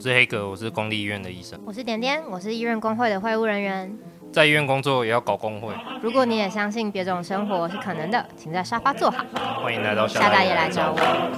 我是黑格，我是公立医院的医生。 我是点点，我是医院工会的会务人员。 在医院工作也要搞工会。 如果你也相信别种生活是可能的，请在沙发坐好。 欢迎来到夏大爷来找我。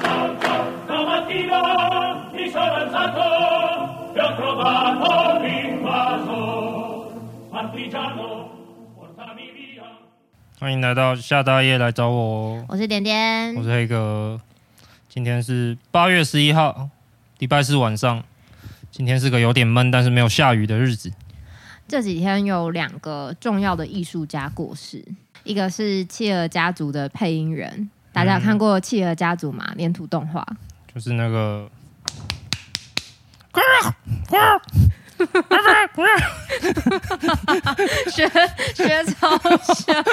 欢迎来到夏大爷来找我。 我是点点， 我是黑格。今天是8月11号，礼拜四晚上。今天是个有点闷，但是没有下雨的日子。 这几天有2个重要的艺术家过世，一个是企鹅家族的配音员，大家有看过企鹅家族吗？粘土动画， 就是那个， 学超像。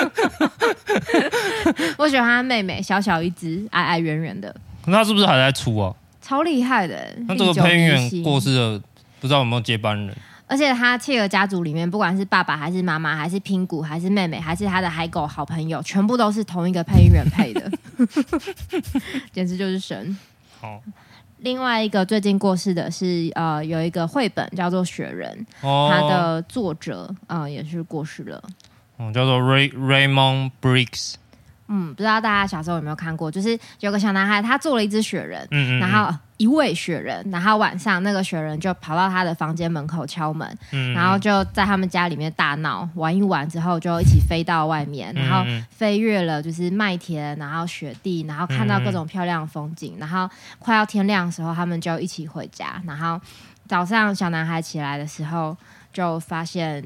我喜欢他妹妹，小小一只，矮矮圆圆的。 可是他是不是还在出啊？ 超厉害的。 那这个配音员过世了，不知道有没有接班人。 而且他企鹅家族里面，不管是爸爸还是妈妈，还是拼骨，还是妹妹，还是他的海狗好朋友，全部都是同一个配音员配的，简直就是神。 好， 另外一个最近过世的是有一个绘本叫做《雪人》，它的作者也是过世了， 叫做 Raymond Briggs。 不知道大家小时候有没有看过，就是有个小男孩，他做了一只雪人，然后一位雪人，然后晚上那个雪人就跑到他的房间门口敲门，然后就在他们家里面大闹，玩一玩之后就一起飞到外面，然后飞越了就是麦田，然后雪地，然后看到各种漂亮的风景，然后快要天亮的时候，他们就一起回家，然后早上小男孩起来的时候就发现，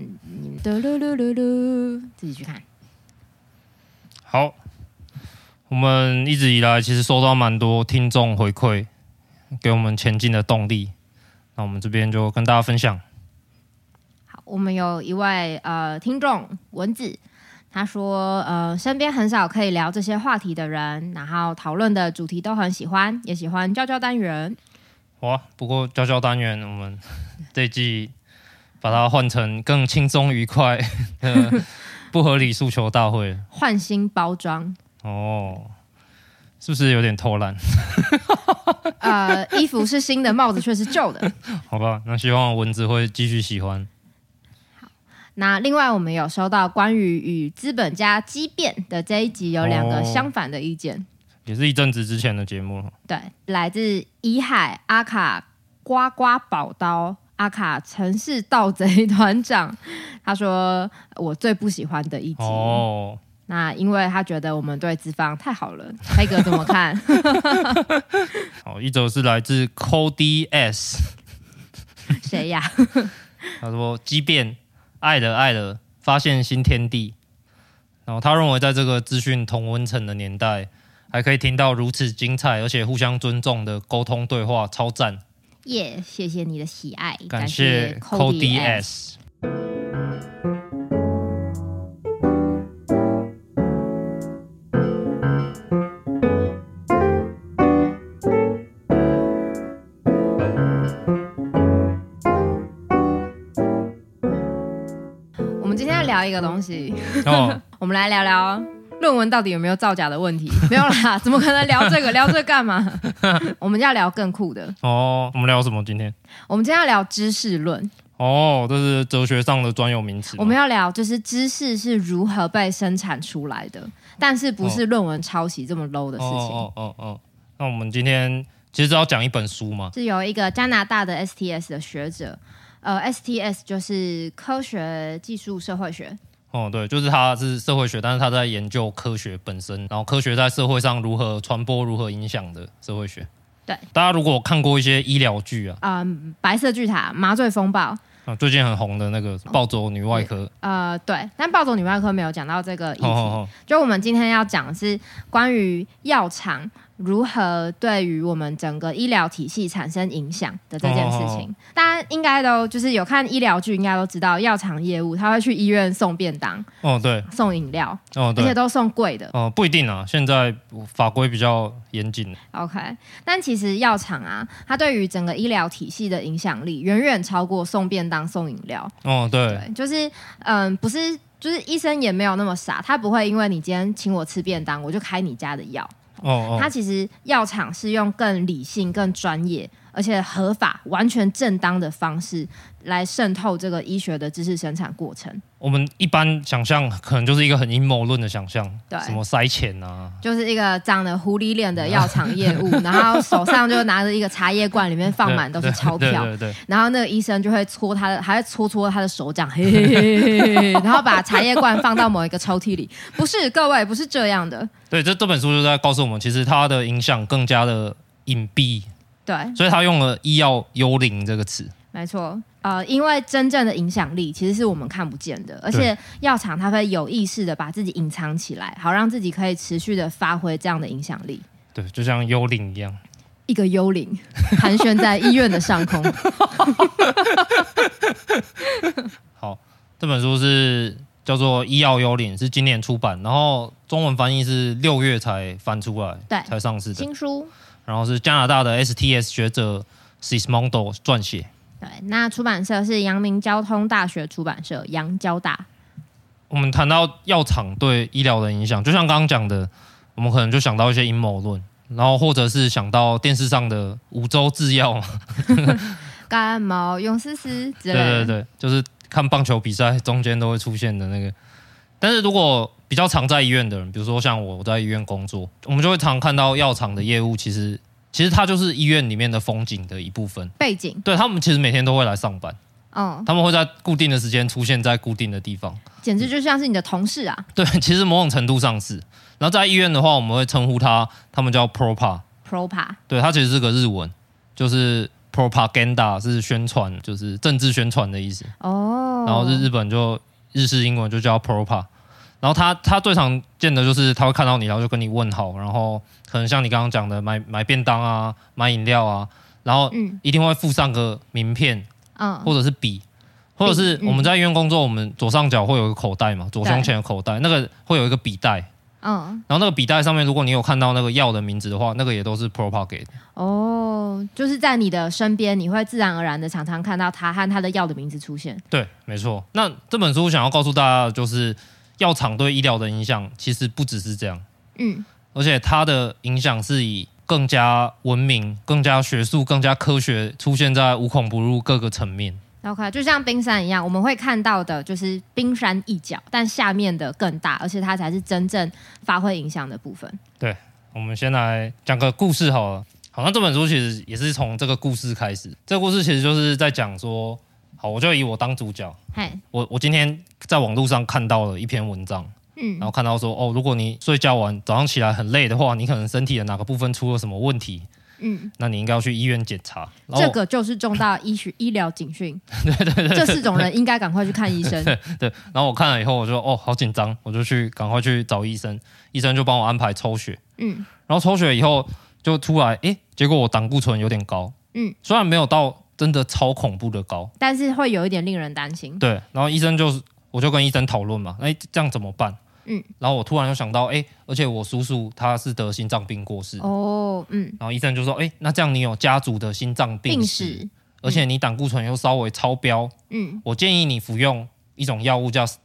自己去看。 好。我们一直以来其实收到蛮多听众回馈，给我们前进的动力。那我们这边就跟大家分享。 好，我们有一位听众文子，他说身边很少可以聊这些话题的人，然后讨论的主题都很喜欢，也喜欢教教单元。 哇，不过教教单元我们这一季把它换成更轻松愉快的不合理诉求大会， 换新包装。 是不是有点偷懒？ 衣服是新的，帽子却是旧的。 好吧，那希望文子会继续喜欢。 好，那另外我们有收到关于与资本家激辩的这一集，有2个相反的意见， 也是一阵子之前的节目了。 对，来自怡海阿卡呱呱宝刀。阿卡城市盗贼团长，他说我最不喜欢的一集。那因为他觉得我们对资方太好了，黑哥怎么看？ 好，一则是来自 Cody S， 谁呀？ 他说激辩，爱了，发现新天地。然后他认为在这个资讯同温层的年代，还可以听到如此精彩而且互相尊重的沟通对话，超赞。 耶，谢谢你的喜爱， 感谢 Cody S。 我们今天要聊一个东西，我们来聊聊论文到底有没有造假的问题。没有啦，怎么可能聊这个？聊这个干嘛？我们要聊更酷的。 我们聊什么今天？ 我们今天要聊知识论。 这是哲学上的专有名词。 我们要聊就是知识是如何被生产出来的，但是不是论文抄袭这么 low 的事情。 那我们今天其实是要讲一本书嘛， 是有一个加拿大的 STS 的学者，STS 就是科学、技术、社会学。 对，就是他是社会学，但是他在研究科学本身，然后科学在社会上如何传播、如何影响的社会学。 对， 大家如果看过一些医疗剧白色巨塔、麻醉风暴最近很红的那个暴走女外科， 对，但暴走女外科没有讲到这个议题。就我们今天要讲的是关于药厂如何对于我们整个医疗体系产生影响的这件事情。大家应该都就是有看医疗剧，应该都知道药厂业务，他会去医院送便当， 对， 送饮料， 对， 而且都送贵的。 不一定啊，现在法规比较严谨。 OK， 但其实药厂啊，它对于整个医疗体系的影响力远远超过送便当、送饮料。对，就是不是，就是医生也没有那么傻，他不会因为你今天请我吃便当，我就开你家的药。它其实药厂是用更理性、更专业， 而且合法、完全正当的方式来渗透这个医学的知识生产过程。 我们一般想象可能就是一个很阴谋论的想象， 对， 什么塞钱啊， 就是一个长得狐狸脸的药厂业务，然后手上就拿着一个茶叶罐，里面放满都是钞票， 对， 然后那个医生就会搓他的，还会搓他的手掌，嘿嘿嘿嘿嘿，然后把茶叶罐放到某一个抽屉里。不是，各位，不是这样的。 对，这本书就在告诉我们，其实它的影响更加的隐蔽。 对， 所以他用了医药幽灵这个词。 没错，因为真正的影响力其实是我们看不见的，而且药厂它会有意识的把自己隐藏起来，好让自己可以持续的发挥这样的影响力。 对，就像幽灵一样， 一个幽灵盘旋在医院的上空。 好，这本书是叫做《医药幽灵》，是今年出版，然后中文翻译是6月才翻出来， 对， 才上市的新书。 然后是加拿大的 STS 学者 Sismondo 撰写。 对，那出版社是阳明交通大学出版社，阳交大。 我们谈到药厂对医疗的影响，就像刚刚讲的，我们可能就想到一些阴谋论，然后或者是想到电视上的五洲制药， 感冒用丝丝之类的。 对，就是看棒球比赛中间都会出现的那个。但是如果比较常在医院的人，比如说像我在医院工作，我们就会常看到药厂的业务，其实它就是医院里面的风景的一部分， 背景。 对，他们其实每天都会来上班，他们会在固定的时间出现在固定的地方， 简直就像是你的同事啊。 对，其实某种程度上是。然后在医院的话，我们会称呼他们叫 propa， 对，它其实是个日文，就是 propaganda 是宣传，就是政治宣传的意思。然后日本就日式英文就叫 propa。然后他最常见的就是他会看到你，然后就跟你问好，然后可能像你刚刚讲的买便当啊，买饮料啊，然后一定会附上个名片，或者是笔，或者是我们在医院工作，我们左上角会有一个口袋嘛，左胸前的口袋，那个会有一个笔袋，然后那个笔袋上面，如果你有看到那个药的名字的话，那个也都是 propa 给的。 就是在你的身边，你会自然而然的常常看到他和他的药的名字出现。 对，没错。那这本书想要告诉大家的就是。药厂对医疗的影响其实不只是这样，而且它的影响是以更加文明、更加学术、更加科学出现在无孔不入各个层面。 OK， 就像冰山一样，我们会看到的就是冰山一角，但下面的更大，而且它才是真正发挥影响的部分。对， 我们先来讲个故事好了。好，那这本书其实也是从这个故事开始。这个故事其实就是在讲说。好，我就以我当主角。我今天在网络上看到了一篇文章，然后看到说，如果你睡觉完早上起来很累的话，你可能身体的哪个部分出了什么问题，那你应该要去医院检查。 这个就是重大医疗警讯。 对， 这4种人应该赶快去看医生。 对，然后我看了以后，我就好紧张，我就赶快去找医生，医生就帮我安排抽血。然后抽血以后就出来，结果我胆固醇有点高。虽然没有到。真的超恐怖的高， 但是会有一点令人担心。 对，然后我就跟医生讨论嘛，这样怎么办？然后我突然又想到，而且我叔叔他是得心脏病过世，然后医生就说，那这样你有家族的心脏病史，而且你胆固醇又稍微超标，我建议你服用一种药物叫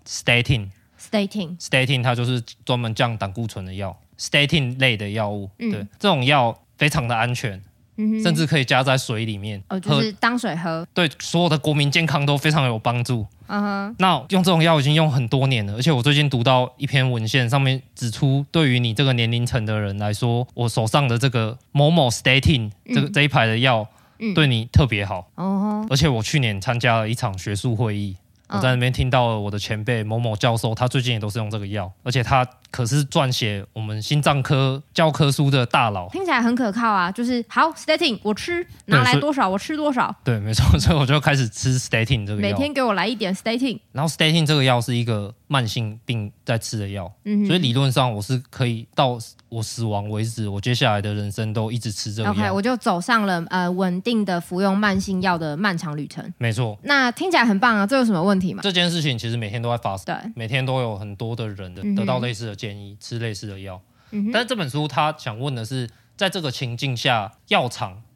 statin， 它就是专门降胆固醇的药 ，statin 类的药物，对，这种药非常的安全。甚至可以加在水里面， 就是当水喝， 对所有的国民健康都非常有帮助。那用这种药已经用很多年了，而且我最近读到一篇文献，上面指出，对于你这个年龄层的人来说，我手上的这个某某 statin 这一排的药，对你特别好。而且我去年参加了一场学术会议，我在那边听到了我的前辈某某教授，他最近也都是用这个药，而且他可是撰写我们心脏科教科书的大佬， 听起来很可靠啊！就是好 statin 我吃，拿来多少我吃多少。 对，没错，所以我就开始吃 statin 这个药， 每天给我来一点 statin。 然后 statin 这个药是一个慢性病在吃的药，所以理论上我是可以到我死亡为止，我接下来的人生都一直吃这个药。 OK， 我就走上了稳定的服用慢性药的漫长旅程。 没错， 那听起来很棒啊！这有什么问题吗？ 这件事情其实每天都在发生， 对， 每天都有很多的人得到类似的建议，吃类似的药。但是这本书他想问的是，在这个情境下，药厂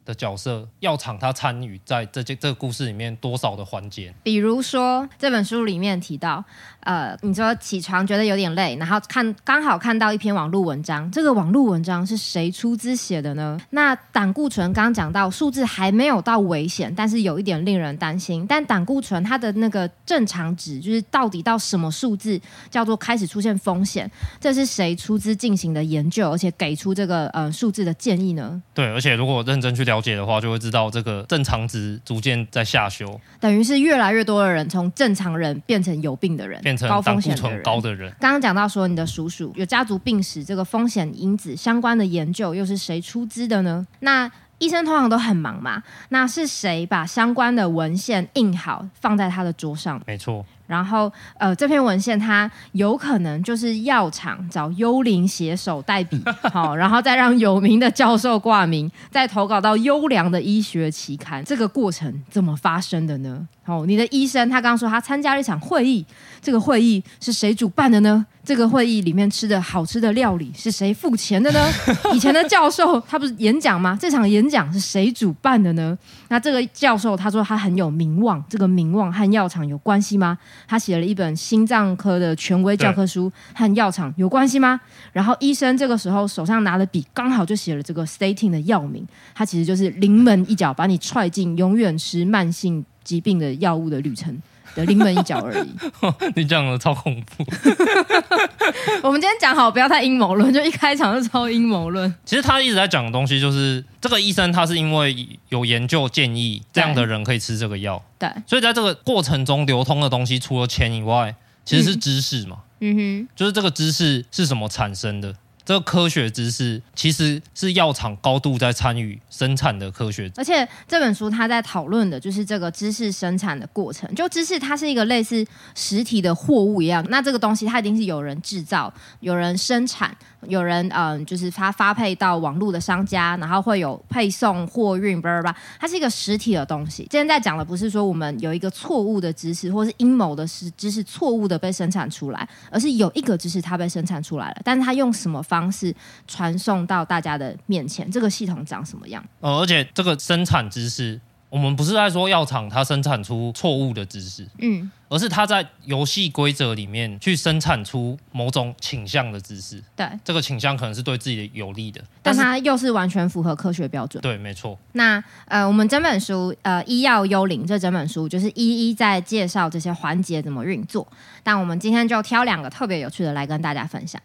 的角色，药厂他参与在这个故事里面多少的环节？ 比如说这本书里面提到，你说起床觉得有点累，然后刚好看到一篇网络文章，这个网络文章是谁出资写的呢？那胆固醇刚刚讲到数字还没有到危险，但是有一点令人担心。但胆固醇它的那个正常值，就是到底到什么数字叫做开始出现风险？这是谁出资进行的研究，而且给出这个数字的建议呢？ 对，而且如果认真去了解的话，就会知道这个正常值逐渐在下修， 等于是越来越多的人从正常人变成有病的人， 变成胆固醇高的人。 刚刚讲到说你的叔叔有家族病史，这个风险因子相关的研究又是谁出资的呢？那医生通常都很忙嘛，那是谁把相关的文献印好放在他的桌上？ 没错。 然后这篇文献它有可能就是药厂找幽灵写手代笔好，然后再让有名的教授挂名，再投稿到优良的医学期刊。这个过程怎么发生的呢？你的医生他刚刚说他参加了一场会议，这个会议是谁主办的呢？这个会议里面吃的好吃的料理是谁付钱的呢？以前的教授他不是演讲吗？这场演讲是谁主办的呢？那这个教授他说他很有名望，这个名望和药厂有关系吗？他写了一本心脏科的权威教科书，和药厂有关系吗？然后医生这个时候手上拿了笔，刚好就写了这个 statin 的药名，他其实就是临门一脚把你踹进永远吃慢性疾病的药物的旅程的临门一脚而已。 你讲的超恐怖。 我们今天讲好不要太阴谋论，就一开场就超阴谋论。 其实他一直在讲的东西就是这个医生他是因为有研究建议这样的人可以吃这个药， 对， 所以在这个过程中流通的东西除了钱以外其实是知识嘛。就是这个知识是什么产生的，这个科学知识其实是药厂高度在参与生产的科学， 而且这本书它在讨论的就是这个知识生产的过程。就知识它是一个类似实体的货物一样，那这个东西它一定是有人制造、有人生产、有人就是它发配到网络的商家，然后会有配送、货运，它是一个实体的东西。今天在讲的不是说我们有一个错误的知识，或是阴谋的知识错误的被生产出来，而是有一个知识它被生产出来了，但是它用什么方式传送到大家的面前，这个系统长什么样？ 而且这个生产知识，我们不是在说药厂它生产出错误的知识，而是它在游戏规则里面去生产出某种倾向的知识。 对， 这个倾向可能是对自己有利的， 但它又是完全符合科学标准。 对，没错。 那我们整本书医药幽灵这整本书就是一一在介绍这些环节怎么运作，但我们今天就挑2个特别有趣的来跟大家分享。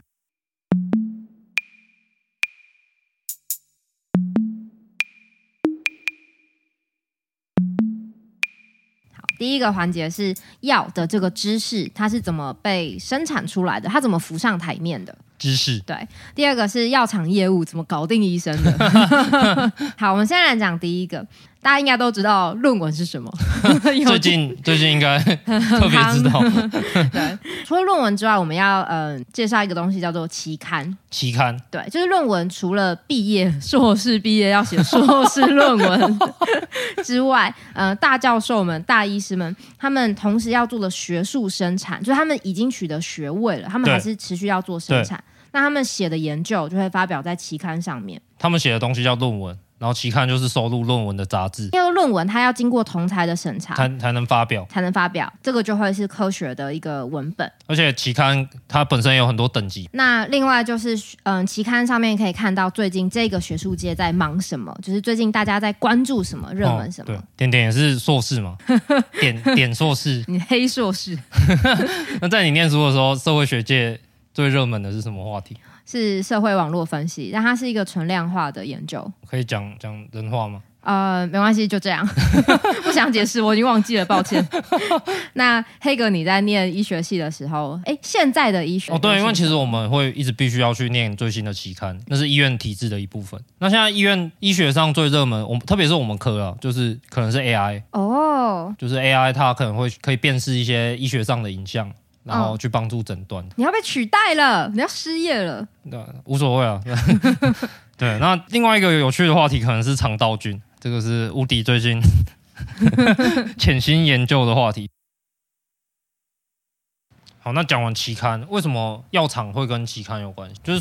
第一个环节是药的这个知识，它是怎么被生产出来的，它怎么浮上台面的知识。 对，第二个是药厂业务怎么搞定医生的。好，我们现在来讲第一个，大家应该都知道论文是什么。最近应该特别知道。 对，除了论文之外，我们要介绍一个东西叫做期刊。 期刊， 对，就是论文除了硕士毕业要写硕士论文之外，大教授们、大医师们，他们同时要做的学术生产，就是他们已经取得学位了，他们还是持续要做生产。那他们写的研究就会发表在期刊上面。 他们写的东西叫论文，然后期刊就是收录论文的杂志。 因为论文它要经过同侪的审查才能发表， 这个就会是科学的一个文本。 而且期刊它本身有很多等级。 那另外就是期刊上面可以看到最近这个学术界在忙什么，就是最近大家在关注什么、热门什么。 对，点点也是硕士嘛。点硕士， 你黑硕士。 那在你念书的时候，社会学界最热门的是什么话题？ 是社会网络分析，但它是一个纯量化的研究。 可以讲人话吗？ 没关系，就这样。不想解释，我已经忘记了，抱歉。那黑格你在念医学系的时候，现在的医学对，因为其实我们会一直必须要去念最新的期刊，那是医院体制的一部分。那现在医学上最热门，特别是我们科啊，就是可能是 AI 就是 AI 它可以辨识一些医学上的影像，然后去帮助诊断。 你要被取代了，你要失业了。 对，无所谓啊。对，那另外一个有趣的话题可能是肠道菌，这个是乌迪最近潜心研究的话题。好，那讲完期刊，为什么药厂会跟期刊有关系？就是说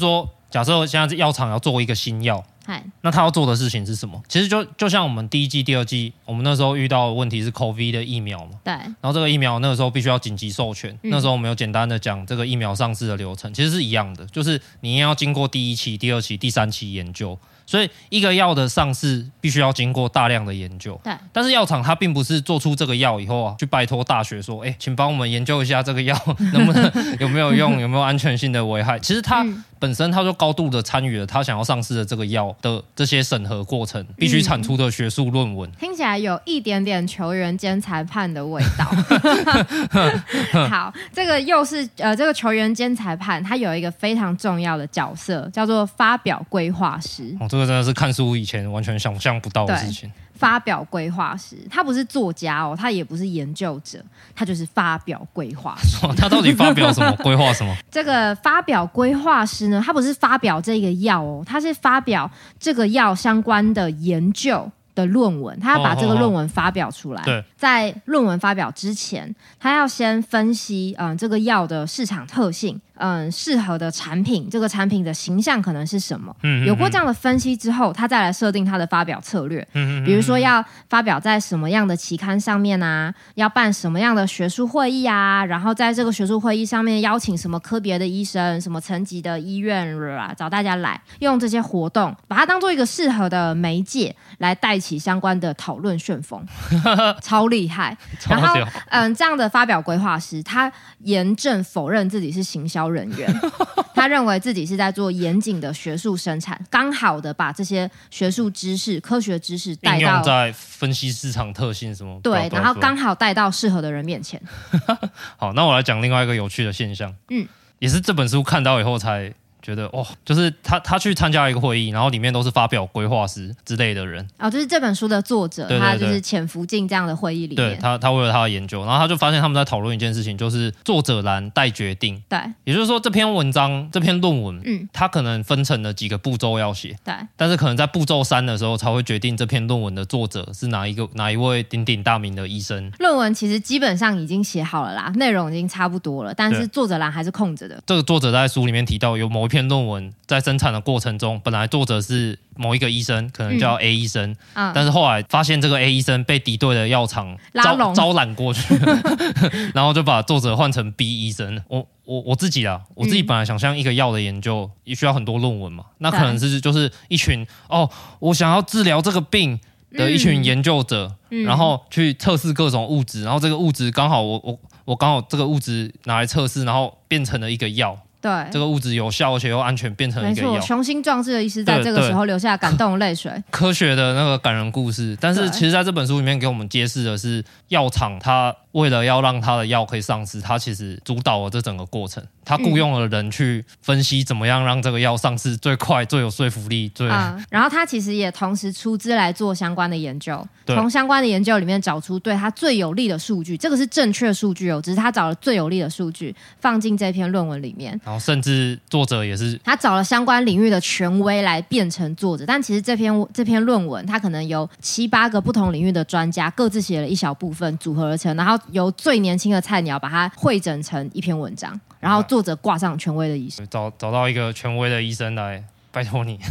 假设现在药厂要做一个新药，那他要做的事情是什么？其实就像我们第一季、第二季，我们那时候遇到的问题是 COVID 的疫苗嘛， 对。 然后这个疫苗那个时候必须要紧急授权，那时候我们有简单的讲这个疫苗上市的流程，其实是一样的，就是你要经过第一期、第二期、第三期研究。所以一个药的上市必须要经过大量的研究， 对。 但是药厂它并不是做出这个药以后啊，去拜托大学说，请帮我们研究一下这个药能不能有没有用，有没有安全性的危害。其实它本身它就高度的参与了它想要上市的这个药的这些审核过程，必须产出的学术论文。 听起来有一点点球员兼裁判的味道。好，这个又是这个球员兼裁判，他有一个非常重要的角色，叫做发表规划师。 这个真的是看书以前完全想象不到的事情。 发表规划师，他不是作家哦，他也不是研究者，他就是发表规划师。 他到底发表什么？规划什么？ 这个发表规划师呢，他不是发表这个药哦，他是发表这个药相关的研究的论文，他要把这个论文发表出来。 对， 在论文发表之前，他要先分析这个药的市场特性，适合的产品，这个产品的形象可能是什么。有过这样的分析之后，他再来设定他的发表策略。比如说要发表在什么样的期刊上面啊，要办什么样的学术会议啊，然后在这个学术会议上面邀请什么科别的医生、什么层级的医院找大家来，用这些活动把它当做一个适合的媒介来带起相关的讨论旋风。超厉害。然后这样的发表规划师，他严正否认自己是行销人员。他认为自己是在做严谨的学术生产，刚好的把这些学术知识、科学知识带到应用在分析市场特性什么， 对，然后刚好带到适合的人面前。 好，那我来讲另外一个有趣的现象，也是这本书看到以后才觉得就是他去参加一个会议，然后里面都是发表规划师之类的人就是这本书的作者，对对对，他就是潜伏进这样的会议里面。 对，他为了他的研究，然后他就发现他们在讨论一件事情，就是作者栏待决定。 对， 也就是说这篇文章、这篇论文，它可能分成了几个步骤要写， 对， 但是可能在步骤3的时候才会决定这篇论文的作者是哪一位鼎鼎大名的医生。 论文其实基本上已经写好了啦，内容已经差不多了，但是作者栏还是空着的。 这个作者在书里面提到，有某一篇论文在生产的过程中，本来作者是某一个医生，可能叫 A 医生，但是后来发现这个 A 医生被敌对的药厂招揽过去，然后就把作者换成 B 医生。我自己本来想象一个药的研究也需要很多论文嘛，那可能是就是一群我想要治疗这个病的一群研究者，然后去测试各种物质，然后这个物质刚好我刚好这个物质拿来测试，然后变成了一个药。对，这个物质有效而且又安全，变成一个药。没错， 雄心壮志的医师在这个时候流下感动的泪水。 科学的那个感人故事，但是其实在这本书里面给我们揭示的是，药厂它为了要让它的药可以上市，它其实主导了这整个过程。他雇用了人去分析怎么样让这个药上市最快、最有说服力、 然后他其实也同时出资来做相关的研究，从相关的研究里面找出对他最有利的数据，这个是正确数据只是他找了最有利的数据放进这篇论文里面。 然后甚至作者也是他找了相关领域的权威来变成作者，但其实这篇论文他可能有7-8个不同领域的专家各自写了一小部分组合而成，然后由最年轻的菜鸟把它汇整成一篇文章，然后作者挂上权威的医生， 找到一个权威的医生来，拜托你，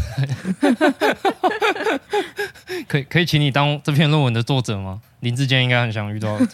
可以请你当这篇论文的作者吗？林志坚应该很想遇到。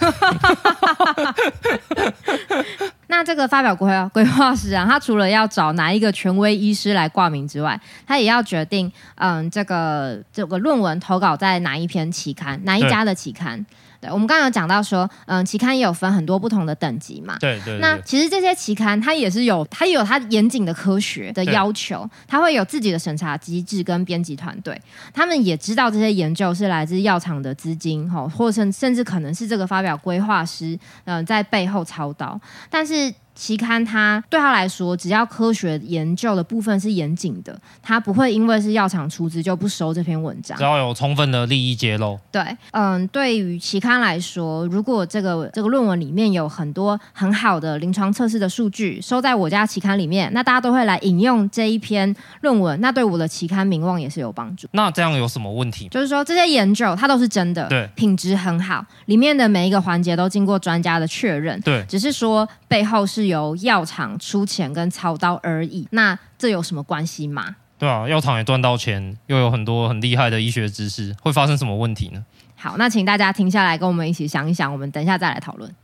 那这个发表规划师他除了要找哪一个权威医师来挂名之外，他也要决定这个论文投稿在哪一篇期刊，哪一家的期刊。我们刚刚有讲到说，期刊也有分很多不同的等级嘛。 对。 那其实这些期刊它也有它严谨的科学的要求，它会有自己的审查机制跟编辑团队，他们也知道这些研究是来自药厂的资金，或甚至可能是这个发表规划师在背后操刀，但是期刊它对他来说，只要科学研究的部分是严谨的，他不会因为是药厂出资就不收这篇文章， 只要有充分的利益揭露。 对，对于期刊来说，如果这个论文里面有很多很好的临床测试的数据收在我家期刊里面，那大家都会来引用这一篇论文，那对我的期刊名望也是有帮助。 那这样有什么问题？ 就是说这些研究它都是真的， 对， 品质很好，里面的每一个环节都经过专家的确认， 对， 只是说背后是是由药厂出钱跟操刀而已，那这有什么关系吗？ 对啊，药厂也赚到钱，又有很多很厉害的医学知识，会发生什么问题呢？ 好，那请大家停下来跟我们一起想一想，我们等一下再来讨论。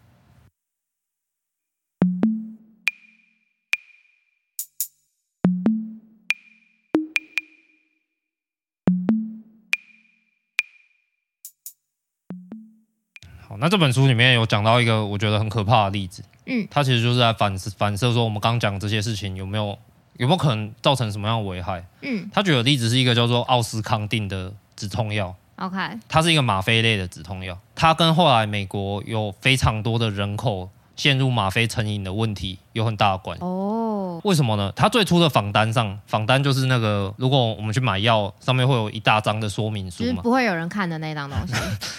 好，那这本书里面有讲到一个我觉得很可怕的例子，它其实就是在反射说我们刚刚讲这些事情有没有可能造成什么样的危害。他举的例子是一个叫做奥司康定的止痛药。 OK， 它是一个吗啡类的止痛药，它跟后来美国有非常多的人口陷入吗啡成瘾的问题有很大的关系。为什么呢？它最初的访单就是那个，如果我们去买药，上面会有一大张的说明书嘛， 就是不会有人看的那张东西。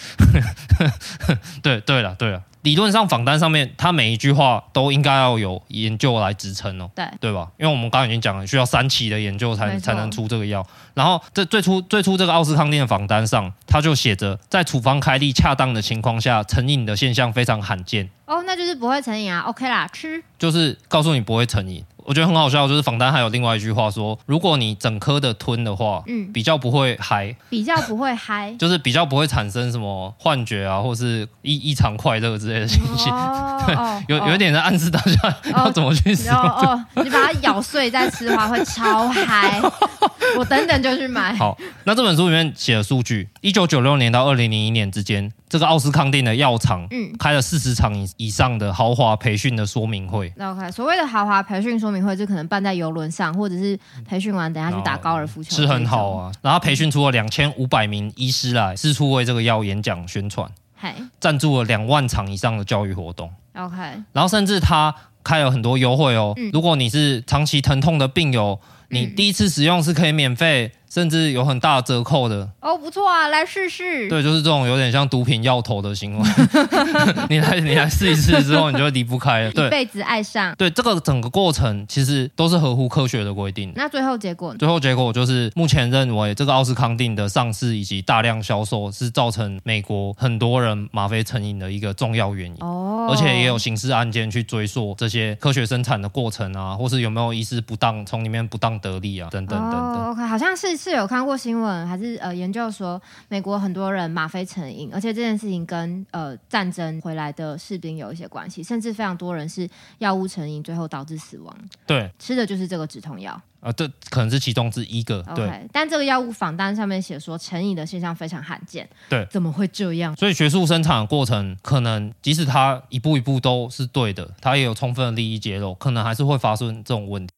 对了，理论上访单上面，它每一句话都应该要有研究来支撑哦，对吧？因为我们刚刚已经讲了，需要3期的研究才能出这个药。然后这最初这个奥司康定的访单上，它就写着，在处方开立恰当的情况下，成瘾的现象非常罕见。 那就是不会成瘾啊 ，OK 啦，吃就是告诉你不会成瘾。我觉得很好笑，就是访单还有另外一句话说，如果你整颗的吞的话，比较不会嗨，就是比较不会产生什么幻觉啊，或是异常快乐之类的情形。有一点在暗示大家要怎么去使用。 你把它咬碎再吃的话会超嗨。我等等就去买。 好，那这本书里面写的数据，1996年到2001年之间，这个奥司康定的药厂开了40场以上的豪华培训的说明会。 OK， 所谓的豪华培训说明会，就可能办在邮轮上，或者是培训完等下去打高尔夫球， 是很好啊。然后培训出了2500名医师来四处为这个药演讲宣传，赞助了2万场以上的教育活动。 OK， 然后甚至他开了很多优惠哦。如果你是长期疼痛的病友，你第一次使用是可以免费，甚至有很大的折扣的。 不错啊，来试试。 对，就是这种有点像毒品药头的行为。你来试一次之后，你就离不开了，对， 一辈子爱上。 对，这个整个过程其实都是合乎科学的规定。 那最后结果呢？ 最后结果就是目前认为这个奥司康定的上市以及大量销售是造成美国很多人吗啡成瘾的一个重要原因。而且也有刑事案件去追溯这些科学生产的过程啊，或是有没有医师从里面不当得利啊，等等等等。 OK， 好像是有看过新闻，还是研究说美国很多人吗啡成瘾，而且这件事情跟战争回来的士兵有一些关系，甚至非常多人是药物成瘾，最后导致死亡。 对， 吃的就是这个止痛药。 这可能是其中之一个。对， okay， 但这个药物访单上面写说成瘾的现象非常罕见。 对， 怎么会这样？ 所以学术生产的过程，可能即使它一步一步都是对的，它也有充分的利益揭露，可能还是会发生这种问题。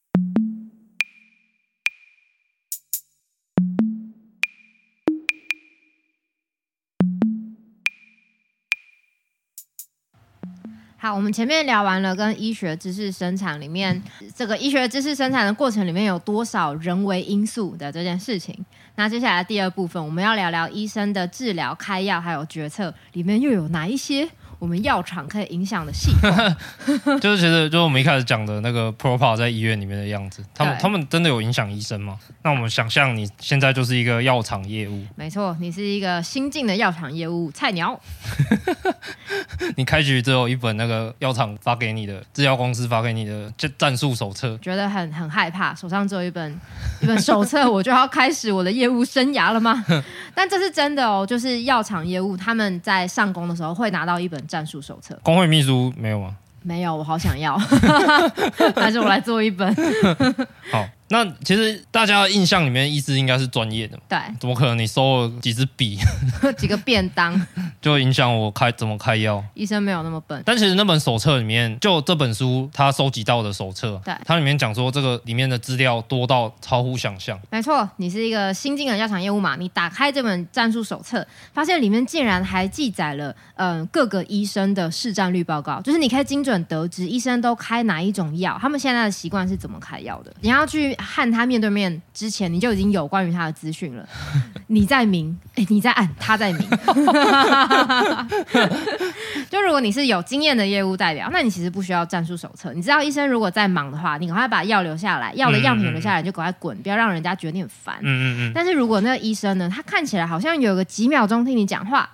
好，我们前面聊完了跟医学知识生产里面，这个医学知识生产的过程里面有多少人为因素的这件事情。那接下来第二部分，我们要聊聊医生的治疗、开药还有决策里面又有哪一些我们药厂可以影响的系统。 就是其实就是我们一开始讲的那个 Propa 在医院里面的样子，他们真的有影响医生吗？那我们想象你现在就是一个药厂业务， 没错，你是一个新进的药厂业务菜鸟。 你开局只有一本那个药厂发给你的，制药公司发给你的战术手册， 觉得很害怕，手上只有一本手册，我就要开始我的业务生涯了吗？但这是真的哦，就是药厂业务他们在上工的时候会拿到一本战术手册。 工会秘书没有吗？ 没有，我好想要。还是我来做一本。 好，那其实大家的印象里面，医师应该是专业的， 对， 怎么可能你收了几支笔几个便当就影响我怎么开药？ 医生没有那么笨。 但其实那本手册里面，就这本书他收集到的手册， 对， 它里面讲说这个里面的资料多到超乎想象。 没错，你是一个新进的药厂业务嘛，你打开这本战术手册，发现里面竟然还记载了各个医生的市占率报告，就是你可以精准得知医生都开哪一种药，他们现在的习惯是怎么开药的。你要去和他面对面之前，你就已经有关于他的资讯了。你在明，你在暗，他在明。就如果你是有经验的业务代表，那你其实不需要战术手册。你知道医生如果在忙的话，你赶快把药留下来，药的样品留下来，你就赶快滚，不要让人家觉得你很烦。但是如果那个医生呢，他看起来好像有个几秒钟听你讲话，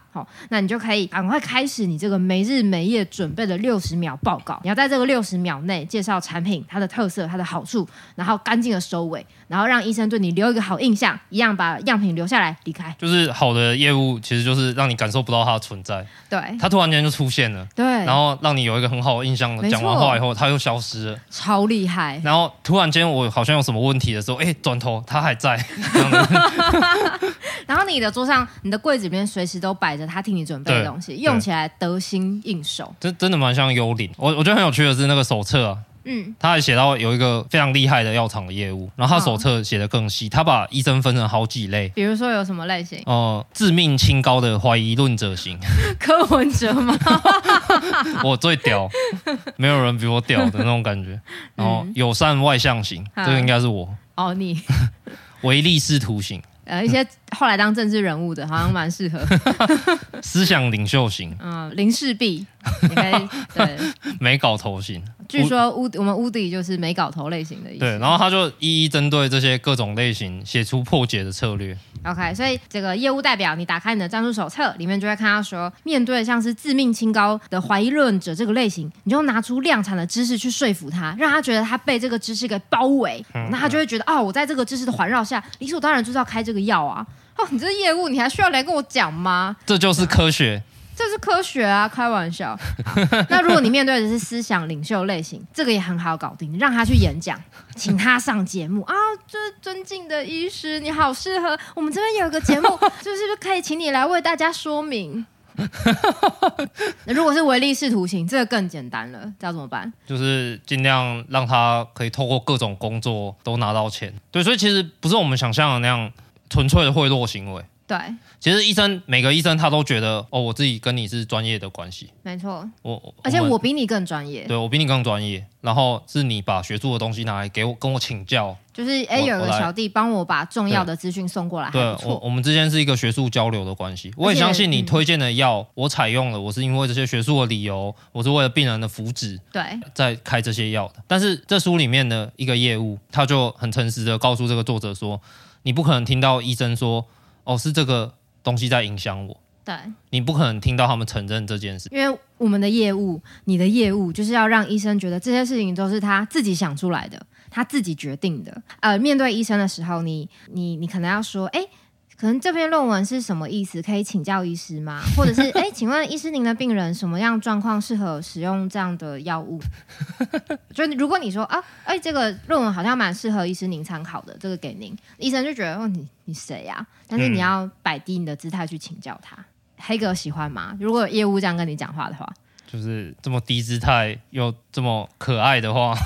好，那你就可以赶快开始你这个没日没夜准备的60秒报告。你要在这个60秒内介绍产品、它的特色、它的好处，然后干净的收尾，然后让医生对你留一个好印象，一样把样品留下来离开。 就是好的业务，其实就是让你感受不到它的存在， 对， 它突然间就出现了， 对， 然后让你有一个很好的印象，讲完话以后它又消失了， 超厉害。 然后突然间我好像有什么问题的时候，转头它还在，这样子然后你的桌上、你的柜子里面随时都摆着他替你准备的东西，用起来得心应手。 真的蛮像幽灵。我觉得很有趣的是那个手册啊，他还写到有一个非常厉害的药厂的业务，然后他手册写得更细，他把医生分成好几类。 比如说有什么类型？ 致命清高的怀疑论者型， 柯文哲吗？ 我最屌，没有人比我屌的那种感觉。然后友善外向型，这个应该是我。 哦，你唯利是图型。 一些后来当政治人物的，好像蛮适合。 思想领袖型， 林世璧，你可以对。 没搞头型， 据说我们乌迪就是没搞头类型的意思。 对，然后他就一一针对这些各种类型写出破解的策略。 OK， 所以这个业务代表，你打开你的战术手册，里面就会看到说，面对像是致命清高的怀疑论者这个类型，你就拿出量产的知识去说服他，让他觉得他被这个知识给包围，那他就会觉得我在这个知识的环绕下，理所当然就是要开这个药啊。你这业务你还需要来跟我讲吗？ 这就是科学。 这是科学啊，开玩笑。那如果你面对的是思想领袖类型，这个也很好搞定，你让他去演讲，请他上节目啊，就是尊敬的医师，你好适合我们这边有一个节目，就是可以请你来为大家说明。如果是唯利是图型，这个更简单了，这要怎么办？就是尽量让他可以透过各种工作都拿到钱。对，所以其实不是我们想象的那样纯粹的贿赂行为。 对， 其实每个医生他都觉得我自己跟你是专业的关系， 没错，而且我比你更专业， 对，我比你更专业，然后是你把学术的东西拿来跟我请教， 就是有个小弟帮我把重要的资讯送过来， 对，我们之间是一个学术交流的关系，我也相信你推荐的药，我采用了，我是因为这些学术的理由，我是为了病人的福祉， 对， 在开这些药的。但是这书里面的一个业务，他就很诚实的告诉这个作者说，你不可能听到医生说是这个东西在影响我， 对， 你不可能听到他们承认这件事， 因为我们的业务，你的业务就是要让医生觉得这些事情都是他自己想出来的，他自己决定的。面对医生的时候，你可能要说，可能这篇论文是什么意思？可以请教医师吗？或者是请问医师，您的病人什么样状况适合使用这样的药物？就如果你说这个论文好像蛮适合医师您参考的，这个给您，医生就觉得你谁呀？但是你要摆低你的姿态去请教他。黑格喜欢吗？如果有业务这样跟你讲话的话， 就是这么低姿态又这么可爱的话，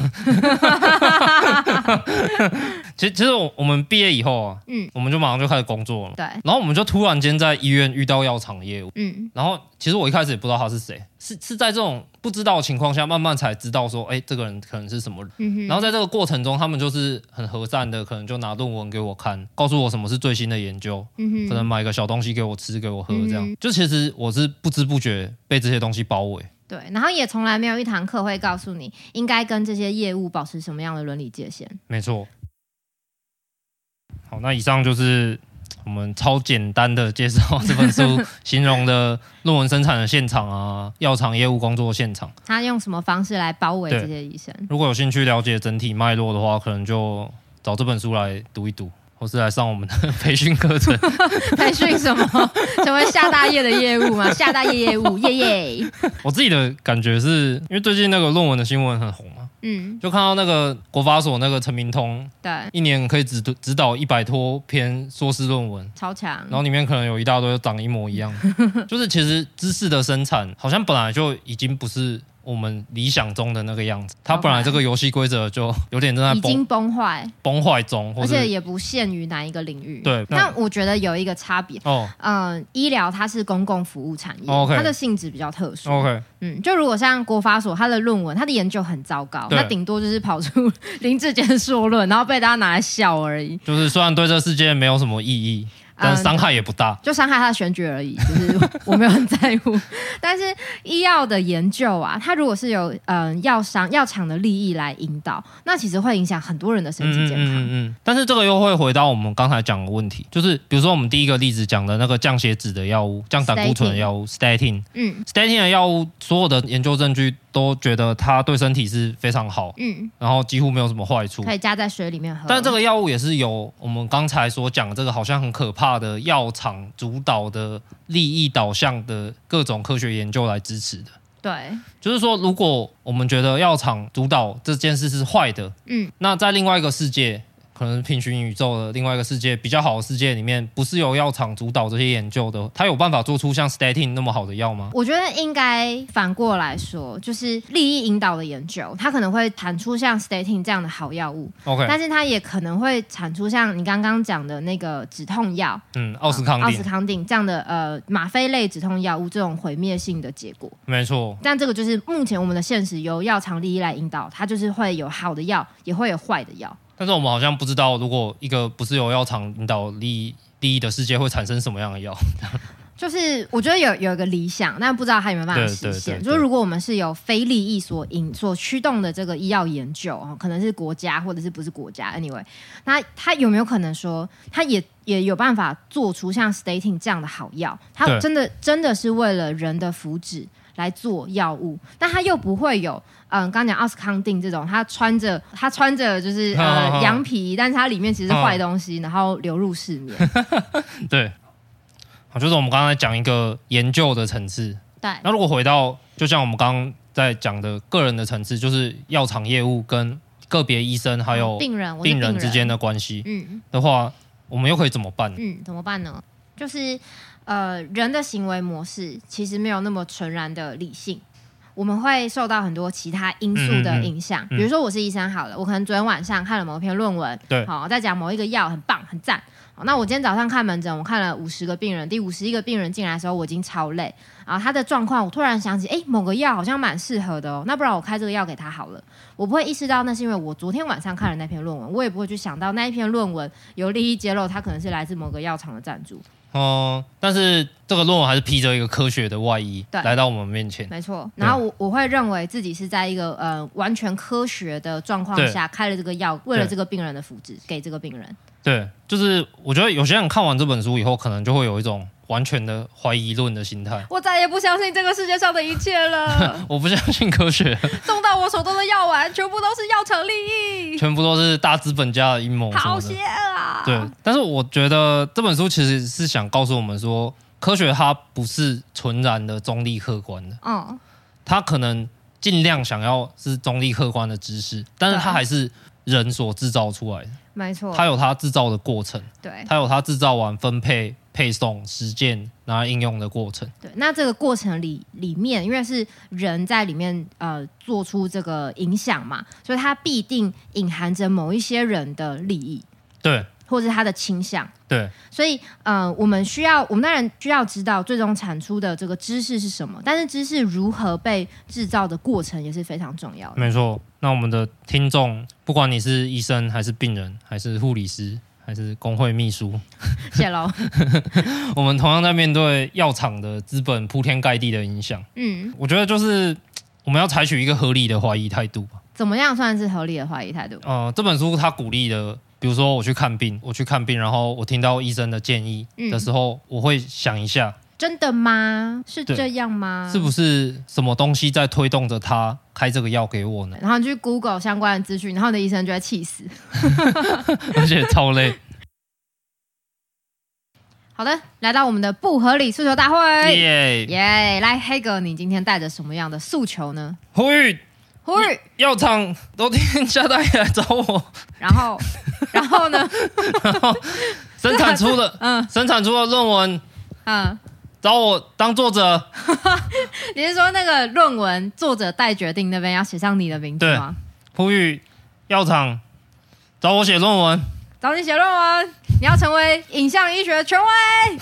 其实我们毕业以后啊，我们就马上就开始工作了， 对， 然后我们就突然间在医院遇到药厂的业务，然后其实我一开始也不知道他是谁，是在这种不知道的情况下，慢慢才知道说，这个人可能是什么人，然后在这个过程中，他们就是很和善的，可能就拿论文给我看，告诉我什么是最新的研究，可能买一个小东西给我吃给我喝，这样，就其实我是不知不觉被这些东西包围。 对，然后也从来没有一堂课会告诉你应该跟这些业务保持什么样的伦理界限。 没错。好，那以上就是我们超简单的介绍这本书形容的论文生产的现场啊，药厂业务工作现场， 他用什么方式来包围这些医生。如果有兴趣了解整体脉络的话，可能就找这本书来读一读，或是来上我们的培训课程。 培训什么？成为下大业的业务吗？下大业业务，耶耶！ 我自己的感觉是因为最近那个论文的新闻很红嘛，就看到那个国法所那个陈明通， 对， 一年可以指导100多篇硕士论文， 超强。 然后里面可能有一大堆长一模一样，就是其实知识的生产好像本来就已经不是我们理想中的那个样子，它本来这个游戏规则就有点正在已经崩坏中， 而且也不限于哪一个领域。 对， 那我觉得有一个差别医疗它是公共服务产业，它的性质比较特殊。就如果像国法所，它的论文、它的研究很糟糕，它顶多就是跑出林志坚硕论，然后被大家拿来笑而已。 就是虽然对这个世界没有什么意义， 但伤害也不大， 就伤害他的选举而已，就是我没有很在乎。但是医药的研究啊，它如果是有药厂的利益来引导，那其实会影响很多人的身体健康。 但是这个又会回到我们刚才讲的问题，就是比如说我们第一个例子讲的那个降血脂的药物、降胆固醇的药物 statin，statin 的药物，所有的研究证据都觉得它对身体是非常好，然后几乎没有什么坏处， 可以加在水里面喝。 但是这个药物也是有我们刚才所讲的这个好像很可怕的药厂主导的利益导向的各种科学研究来支持的。 对， 就是说，如果我们觉得药厂主导这件事是坏的，那在另外一个世界，可能平行宇宙的另外一个世界，比较好的世界里面，不是由药厂主导这些研究的，它有办法做出像 statin 那么好的药吗？ 我觉得应该反过来说，就是利益引导的研究，它可能会产出像 statin 这样的好药物， OK， 但是它也可能会产出像你刚刚讲的那个止痛药， 奥司康定这样的吗啡类止痛药物这种毁灭性的结果。 没错， 但这个就是目前我们的现实由药厂利益来引导，它就是会有好的药，也会有坏的药。 但是我们好像不知道，如果一个不是由药厂引导利益的世界会产生什么样的药。 就是我觉得有一个理想，但不知道它有没有办法实现。就是如果我们是由非利益所驱动的这个医药研究，可能是国家或者是不是国家 ，anyway， 那它有没有可能说，它也有办法做出像 statin 这样的好药？它真的是为了人的福祉来做药物，但它又不会有刚刚讲奥司康定这种，它穿着就是羊皮，但是它里面其实是坏东西，然后流入市面。 对，就是我们刚才讲一个研究的层次。 对， 那如果回到就像我们刚刚在讲的个人的层次，就是药厂业务跟个别医生还有病人之间的关系的话，我们又可以怎么办？ 怎么办呢？就是人的行为模式其实没有那么纯然的理性，我们会受到很多其他因素的影响。比如说我是医生好了，我可能昨天晚上看了某篇论文， 对， 好，在讲某一个药很棒很赞。那我今天早上看门诊，我看了50个病人，第51个病人进来的时候，我已经超累，然后他的状况，我突然想起，某个药好像蛮适合的哦，那不然我开这个药给他好了。我不会意识到那是因为我昨天晚上看了那篇论文，我也不会去想到那一篇论文有利益揭露，它可能是来自某个药厂的赞助。 但是这个论文还是披着一个科学的外衣来到我们面前， 没错。然后我会认为自己是在一个完全科学的状况下开了这个药，为了这个病人的福祉，给这个病人。 对，就是我觉得有些人看完这本书以后，可能就会有一种完全的怀疑论的心态。 我再也不相信这个世界上的一切了。 我不相信科学， 送到我手中的药丸全部都是药厂利益， 全部都是大资本家的阴谋， 好邪恶啊！ 对，但是我觉得这本书其实是想告诉我们说，科学它不是纯然的中立客观的，它可能尽量想要是中立客观的知识，但是它还是人所制造出来的。 没错， 它有它制造的过程， 对， 它有它制造完分配、配送、实践，然后应用的过程。 对，那这个过程里面，因为是人在里面做出这个影响嘛，所以它必定隐含着某一些人的利益， 对， 或是他的倾向。 对， 所以我们当然需要知道最终产出的这个知识是什么，但是知识如何被制造的过程也是非常重要的。 没错。那我们的听众，不管你是医生还是病人，还是护理师，还是工会秘书， 谢喽。 我们同样在面对药厂的资本铺天盖地的影响。我觉得就是我们要采取一个合理的怀疑态度吧。 怎么样算是合理的怀疑态度？ 这本书它鼓励的，比如说我去看病，然后我听到医生的建议的时候，我会想一下， 真的吗？是这样吗？ 是不是什么东西在推动着他开这个药给我呢？ 然后你去 Google 相关的资讯，然后你的医生就会气死， 而且超累。 好的，来到我们的不合理诉求大会， 耶！ 来，黑哥，你今天带着什么样的诉求呢？ 呼吁药厂都天下大业来找我， 然后呢？ 然后生产出的论文，找我当作者。 你是说那个论文作者待决定那边要写上你的名字吗？ 呼吁药厂找我写论文， 找你写论文，你要成为影像医学权威。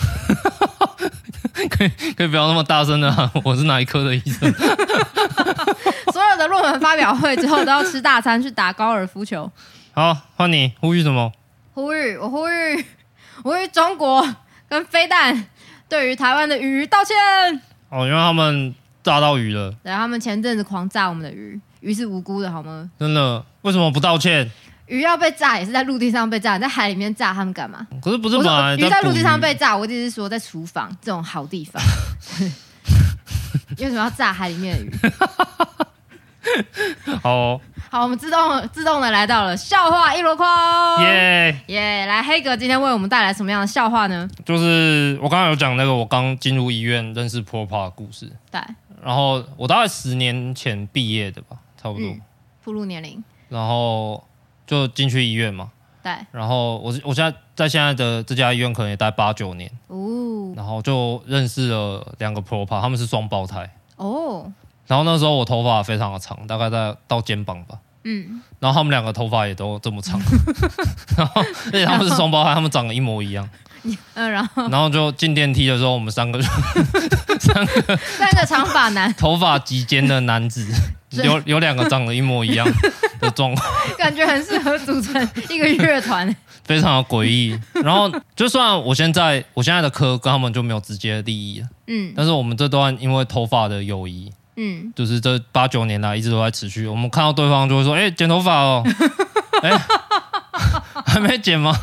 可以不要那么大声的喊我是哪一科的医生。 所有的论文发表会之后都要吃大餐，去打高尔夫球。 好，换你呼吁什么？ 我呼吁我与中国跟飞弹对于台湾的鱼道歉。 哦，因为他们炸到鱼了。 对，他们前阵子狂炸我们的鱼，鱼是无辜的好吗？ 真的？为什么不道歉？ 鱼要被炸也是在陆地上被炸，在海里面炸他们干嘛？ 可是不是本来鱼在陆地上被炸，我只是说在厨房这种好地方，为什么要炸海里面的鱼？ 好， 我们自动的来到了笑话一箩筐， 耶！ 来，黑格今天为我们带来什么样的笑话呢？ 就是我刚刚有讲那个我刚进入医院认识 Propa 的故事。 对。 然后我大概10年前毕业的吧，差不多。 暴露年龄。 然后就进去医院嘛。 对。 然后我现在的这家医院可能也待8-9年。哦。然后就认识了2个 Propa， 他们是双胞胎。哦。然后那时候我头发非常的长，大概到肩膀吧。然后他们2个头发也都这么长，然后而且他们是双胞胎，他们长得一模一样。然后就进电梯的时候，我们3个三个长发男， 头发及肩的男子，有2个长得一模一样的状况， 感觉很适合组成一个乐团， 非常的诡异。然后就算我现在的科跟他们就没有直接的利益了，但是我们这段因为头发的友谊。就是这8-9年来一直都在持续。我们看到对方就会说：“剪头发哦，还没剪吗？”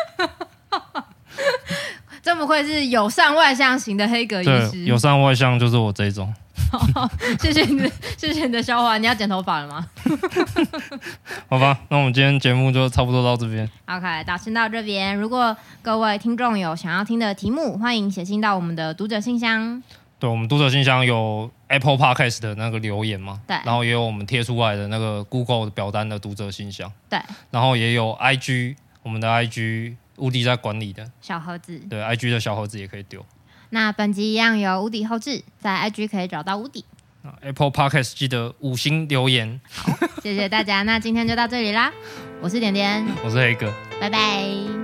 真不愧是友善外向型的黑格医师。 对，友善外向就是我这一种。 谢谢你的笑话。你要剪头发了吗？ 好吧，那我们今天节目就差不多到这边。 OK， 先到这边。如果各位听众有想要听的题目，欢迎写信到我们的读者信箱。 对，我们读者信箱有 Apple Podcast 的那个留言嘛， 对， 然后也有我们贴出来的那个 Google 表单的读者信箱， 对， 然后也有 IG， 我们的 IG 乌迪在管理的小盒子， 对 IG 的小盒子也可以丢。 那本集一样有乌迪后制，在 IG 可以找到乌迪。 Apple Podcast 记得5星留言。 好，谢谢大家，那今天就到这里啦，我是点点， 我是黑哥， 拜拜。